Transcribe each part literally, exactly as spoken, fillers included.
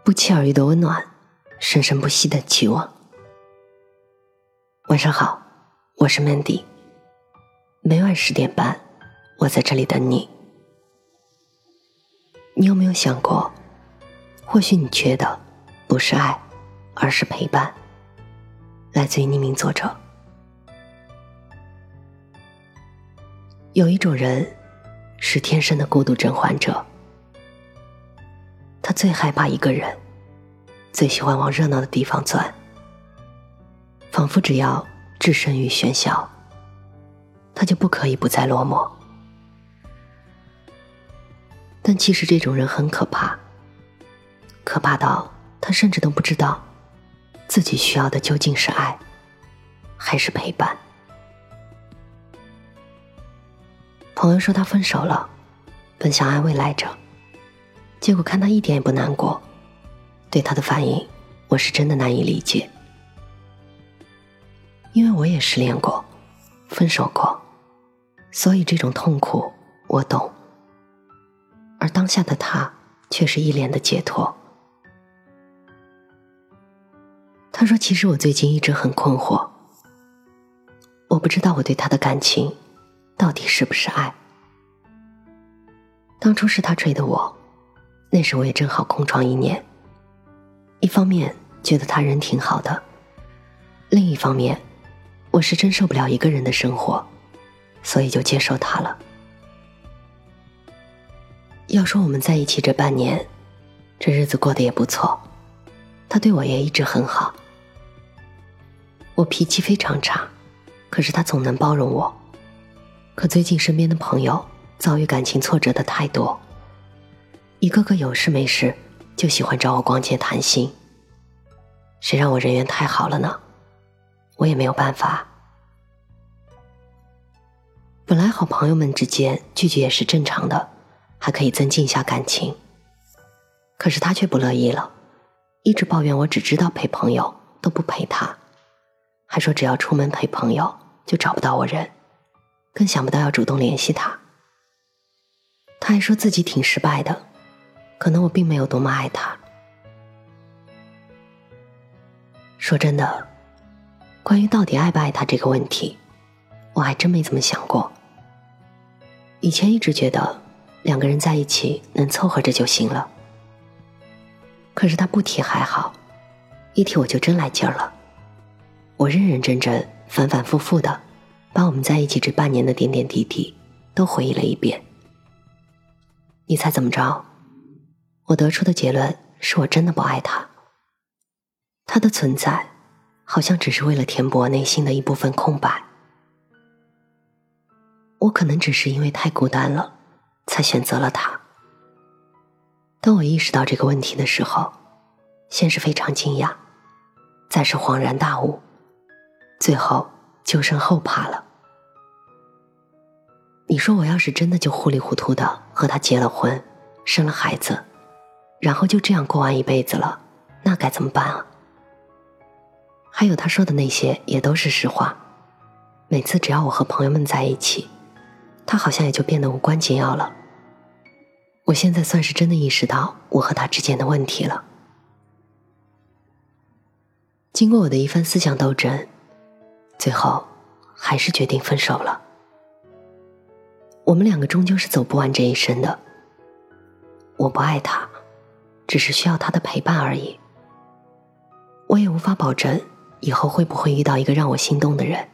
不期而遇的温暖，生生不息的期望。晚上好，我是 Mandy， 每晚十点半，我在这里等你。你有没有想过，或许你缺的不是爱，而是陪伴。来自于匿名作者。有一种人是天生的孤独症患者，他最害怕一个人，最喜欢往热闹的地方钻，仿佛只要置身于喧嚣，他就不可以不再落寞。但其实这种人很可怕，可怕到他甚至都不知道自己需要的究竟是爱，还是陪伴。朋友说他分手了，本想安慰来着，结果看他一点也不难过，对他的反应我是真的难以理解。因为我也失恋过，分手过，所以这种痛苦我懂。而当下的他却是一脸的解脱。他说，其实我最近一直很困惑，我不知道我对他的感情到底是不是爱。当初是他追的我，那时我也正好空窗一年，一方面觉得他人挺好的，另一方面我是真受不了一个人的生活，所以就接受他了。要说我们在一起这半年，这日子过得也不错，他对我也一直很好。我脾气非常差，可是他总能包容我。可最近身边的朋友遭遇感情挫折的太多，一个个有事没事就喜欢找我逛街谈心。谁让我人缘太好了呢？我也没有办法。本来好朋友们之间聚聚也是正常的，还可以增进一下感情。可是他却不乐意了，一直抱怨我只知道陪朋友，都不陪他，还说只要出门陪朋友就找不到我人，更想不到要主动联系他。他还说自己挺失败的，可能我并没有多么爱他。说真的，关于到底爱不爱他这个问题，我还真没怎么想过。以前一直觉得两个人在一起能凑合着就行了，可是他不提还好，一提我就真来劲儿了。我认认真真反反复复的把我们在一起这半年的点点滴滴都回忆了一遍。你猜怎么着？我得出的结论是我真的不爱他。他的存在好像只是为了填补我内心的一部分空白。我可能只是因为太孤单了才选择了他。当我意识到这个问题的时候，先是非常惊讶，再是恍然大悟，最后就剩后怕了。你说我要是真的就糊里糊涂的和他结了婚，生了孩子，然后就这样过完一辈子了，那该怎么办啊？还有他说的那些也都是实话。每次只要我和朋友们在一起，他好像也就变得无关紧要了。我现在算是真的意识到我和他之间的问题了。经过我的一番思想斗争，最后还是决定分手了。我们两个终究是走不完这一生的。我不爱他，只是需要他的陪伴而已。我也无法保证以后会不会遇到一个让我心动的人。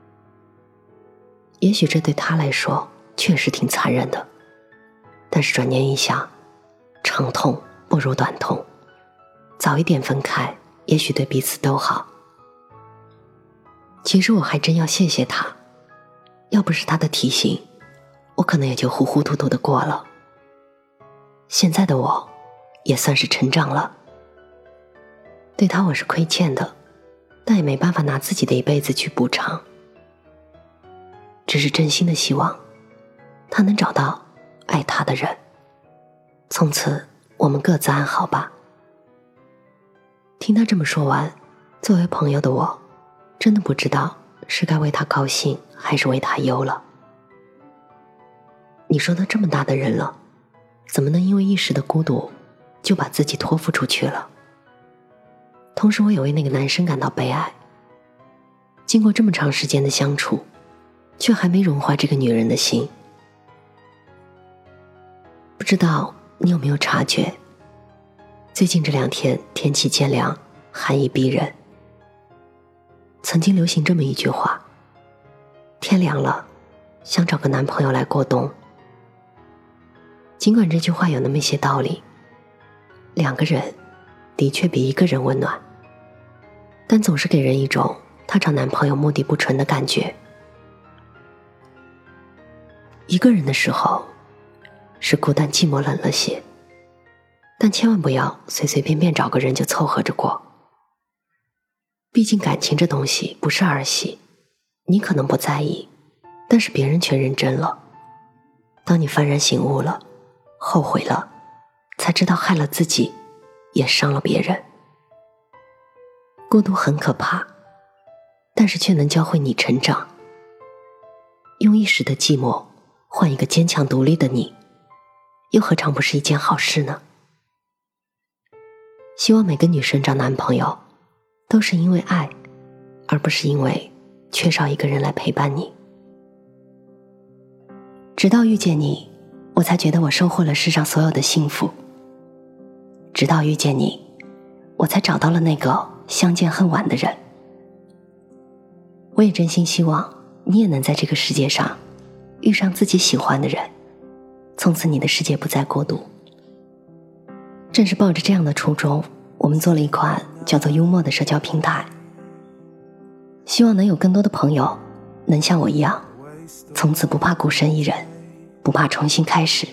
也许这对他来说确实挺残忍的，但是转念一想，长痛不如短痛，早一点分开也许对彼此都好。其实我还真要谢谢他，要不是他的提醒，我可能也就糊糊涂涂的过了。现在的我也算是成长了。对他我是亏欠的，但也没办法拿自己的一辈子去补偿。只是真心的希望他能找到爱他的人，从此我们各自安好吧。听他这么说完，作为朋友的我真的不知道是该为他高兴还是为他忧了。你说他这么大的人了，怎么能因为一时的孤独就把自己托付出去了。同时我也为那个男生感到悲哀，经过这么长时间的相处，却还没融化这个女人的心。不知道你有没有察觉，最近这两天天气渐凉，寒意逼人。曾经流行这么一句话，天凉了，想找个男朋友来过冬。尽管这句话有那么一些道理，两个人的确比一个人温暖，但总是给人一种他找男朋友目的不纯的感觉。一个人的时候是孤单寂寞冷了些，但千万不要随随便便找个人就凑合着过。毕竟感情这东西不是儿戏，你可能不在意，但是别人却认真了。当你幡然醒悟了，后悔了，才知道害了自己，也伤了别人。孤独很可怕，但是却能教会你成长。用一时的寂寞换一个坚强独立的你，又何尝不是一件好事呢？希望每个女生找男朋友都是因为爱，而不是因为缺少一个人来陪伴你。直到遇见你，我才觉得我收获了世上所有的幸福。直到遇见你，我才找到了那个相见恨晚的人。我也真心希望你也能在这个世界上遇上自己喜欢的人，从此你的世界不再孤独。正是抱着这样的初衷，我们做了一款叫做幽默的社交平台，希望能有更多的朋友能像我一样，从此不怕孤身一人，不怕重新开始。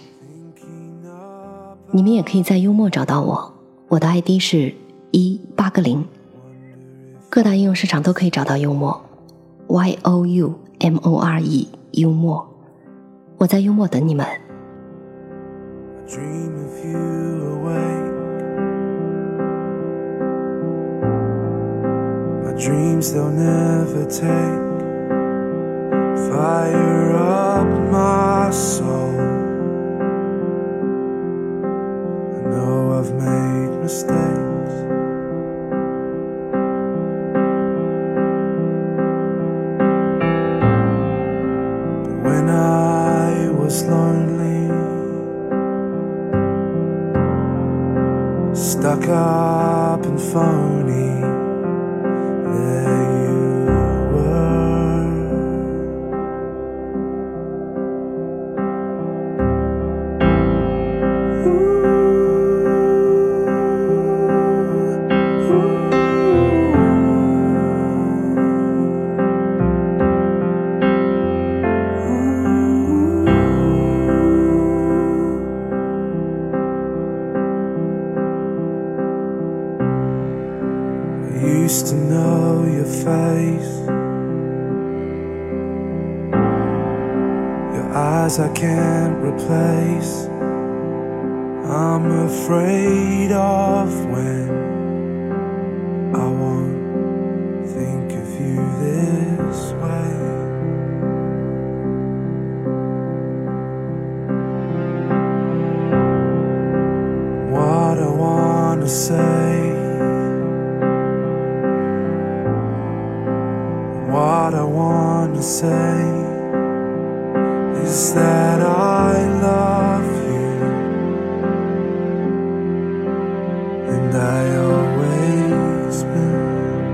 你们也可以在幽默找到我，我的 I D 是一八个零，各大应用市场都可以找到幽默 Y O U M O R E 幽默，我在幽默等你们。 Dreams they'll never take fire up my soul. I know I've made mistakes, but when I was lonely, stuck up and phony, there you were. Ooh, ooh. I used to know your face, your eyes I can't replace. I'm afraid of when I won't think of you this way. What I wanna say, what I wanna say is that I love you, and I always will.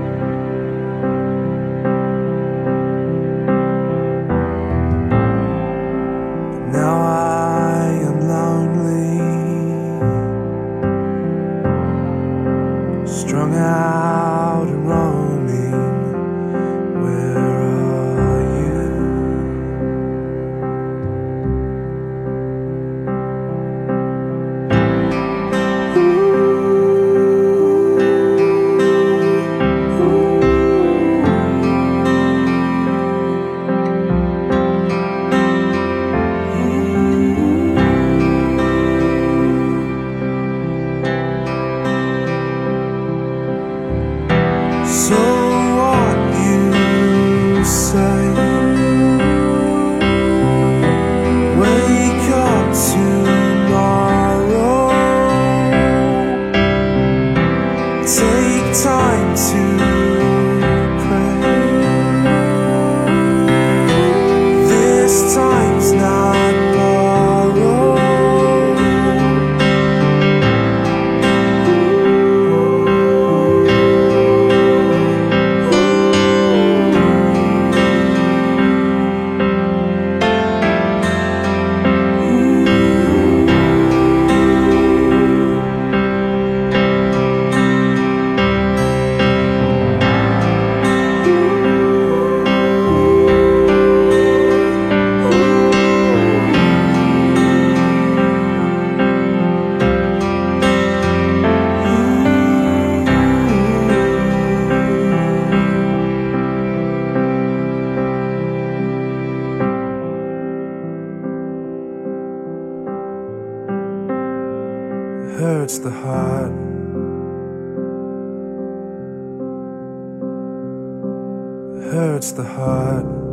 But now I am lonely, strung out and roaming. time to pray. This time's not borrowed. Hurts the heart. Hurts the heart.